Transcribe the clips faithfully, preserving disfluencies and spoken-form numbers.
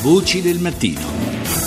Voci del mattino.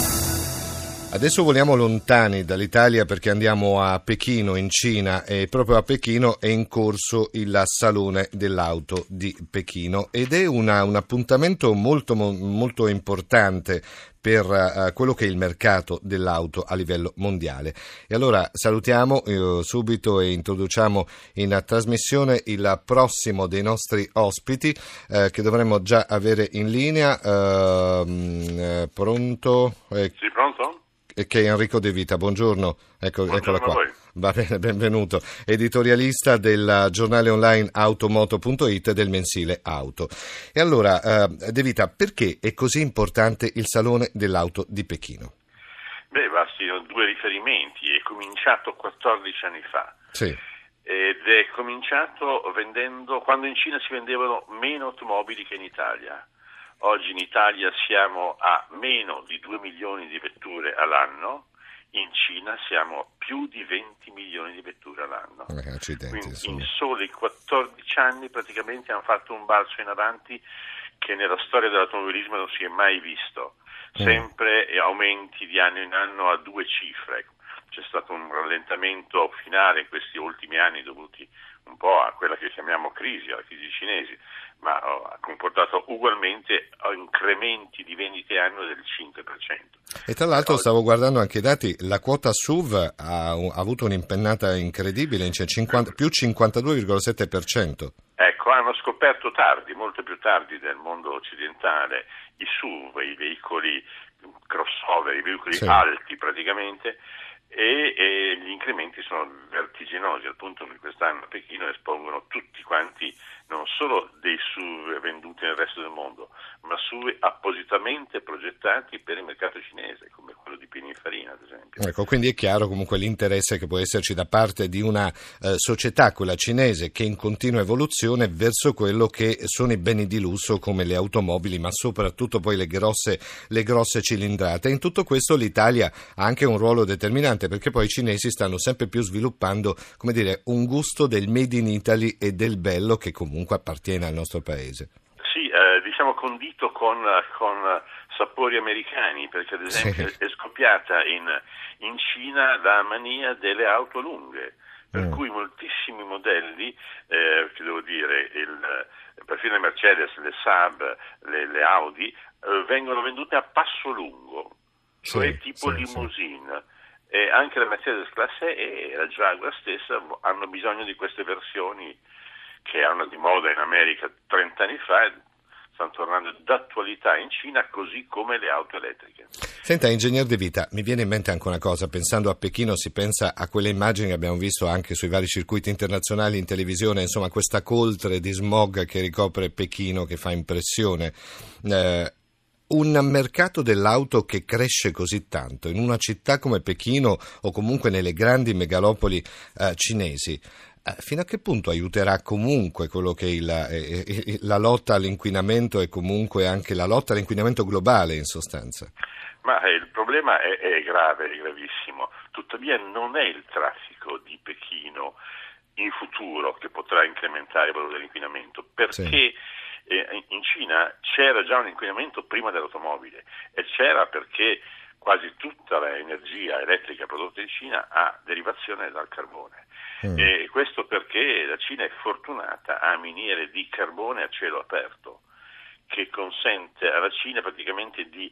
Adesso voliamo lontani dall'Italia perché andiamo a Pechino, in Cina, e proprio a Pechino è in corso il Salone dell'Auto di Pechino ed è una, un appuntamento molto, molto importante per uh, quello che è il mercato dell'auto a livello mondiale. E allora salutiamo eh, subito e introduciamo in uh, trasmissione il prossimo dei nostri ospiti eh, che dovremmo già avere in linea. Uh, mh, pronto? Eh, sì, pronto? Che è Enrico De Vita, buongiorno, ecco, buongiorno eccola qua. A voi. Va bene, benvenuto, editorialista del giornale online automoto punto it e del mensile Auto. E allora, eh, De Vita, perché è così importante il Salone dell'Auto di Pechino? Beh, bastano due riferimenti, è cominciato quattordici anni fa. Sì. Ed è cominciato vendendo, quando in Cina si vendevano meno automobili che in Italia. Oggi in Italia siamo a meno di due milioni di vetture all'anno, in Cina siamo a più di venti milioni di vetture all'anno. Eh, accidenti, Quindi insomma. in soli quattordici anni praticamente hanno fatto un balzo in avanti che nella storia dell'automobilismo non si è mai visto. Sempre mm. aumenti di anno in anno a due cifre. C'è stato un rallentamento finale in questi ultimi anni dovuti un po' a quella che chiamiamo crisi, alla crisi cinese, ma ha comportato ugualmente incrementi di vendite annue del cinque per cento. E tra l'altro Oggi... stavo guardando anche i dati, la quota S U V ha, ha avuto un'impennata incredibile, cioè cinquanta, più cinquantadue virgola sette per cento. Ecco, hanno scoperto tardi, molto più tardi del mondo occidentale, i S U V, i veicoli crossover, i veicoli sì. alti praticamente, e, e gli incrementi sono vertiginosi, al punto che quest'anno a Pechino espongono tutti quanti non solo dei S U V venduti nel resto del mondo, ma S U V appositamente progettati per il mercato cinese, come quello di Pininfarina ad esempio. Ecco, quindi è chiaro comunque l'interesse che può esserci da parte di una eh, società, quella cinese, che è in continua evoluzione verso quello che sono i beni di lusso come le automobili, ma soprattutto poi le grosse, le grosse cilindrate. In tutto questo l'Italia ha anche un ruolo determinante, perché poi i cinesi stanno sempre più sviluppando, come dire, un gusto del made in Italy e del bello che comunque appartiene al nostro paese. Sì, eh, diciamo condito con, con sapori americani, perché ad esempio sì. è scoppiata in, in Cina la mania delle auto lunghe, per mm. cui moltissimi modelli, eh, che devo dire, il, perfino le Mercedes, le Saab, le, le Audi, eh, vengono vendute a passo lungo, cioè sì, tipo sì, limousine. Sì. E anche la Mercedes classe E e la Jaguar stessa hanno bisogno di queste versioni che erano di moda in America trent'anni fa e stanno tornando d'attualità in Cina, così come le auto elettriche. Senta, ingegner De Vita, mi viene in mente anche una cosa, pensando a Pechino si pensa a quelle immagini che abbiamo visto anche sui vari circuiti internazionali in televisione, insomma questa coltre di smog che ricopre Pechino che fa impressione. Eh, un mercato dell'auto che cresce così tanto in una città come Pechino o comunque nelle grandi megalopoli eh, cinesi, fino a che punto aiuterà comunque quello che è il, eh, la lotta all'inquinamento e comunque anche la lotta all'inquinamento globale in sostanza? Ma eh, il problema è, è grave, è gravissimo, tuttavia non è il traffico di Pechino in futuro che potrà incrementare il valore dell'inquinamento, perché sì. eh, in Cina c'era già un inquinamento prima dell'automobile e c'era perché quasi tutta l'energia elettrica prodotta in Cina ha derivazione dal carbone. Mm. E questo perché la Cina è fortunata a miniere di carbone a cielo aperto, che consente alla Cina praticamente di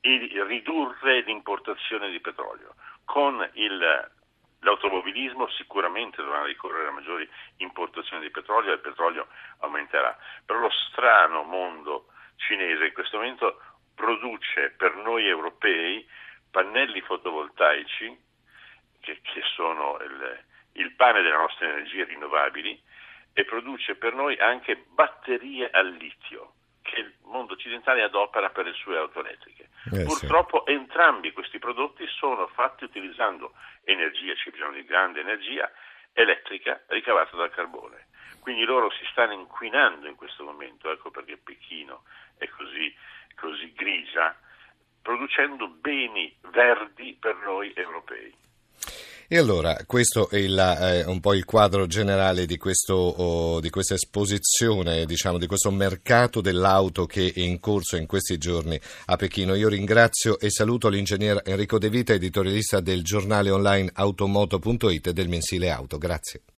ridurre l'importazione di petrolio. Con il, l'automobilismo sicuramente dovranno ricorrere a maggiori importazioni di petrolio e il petrolio aumenterà. Però lo strano mondo cinese in questo momento produce per noi europei pannelli fotovoltaici che, che sono il, il pane delle nostre energie rinnovabili e produce per noi anche batterie al litio che il mondo occidentale adopera per le sue auto elettriche. Eh, Purtroppo sì. entrambi questi prodotti sono fatti utilizzando energia, c'è bisogno di grande energia elettrica ricavata dal carbone. Quindi loro si stanno inquinando in questo momento, ecco perché Pechino è così, così grigia, producendo beni verdi per noi europei. E allora, questo è il, eh, un po' il quadro generale di, questo, oh, di questa esposizione, diciamo, di questo mercato dell'auto che è in corso in questi giorni a Pechino. Io ringrazio e saluto l'ingegner Enrico De Vita, editorialista del giornale online automoto punto it e del mensile Auto. Grazie.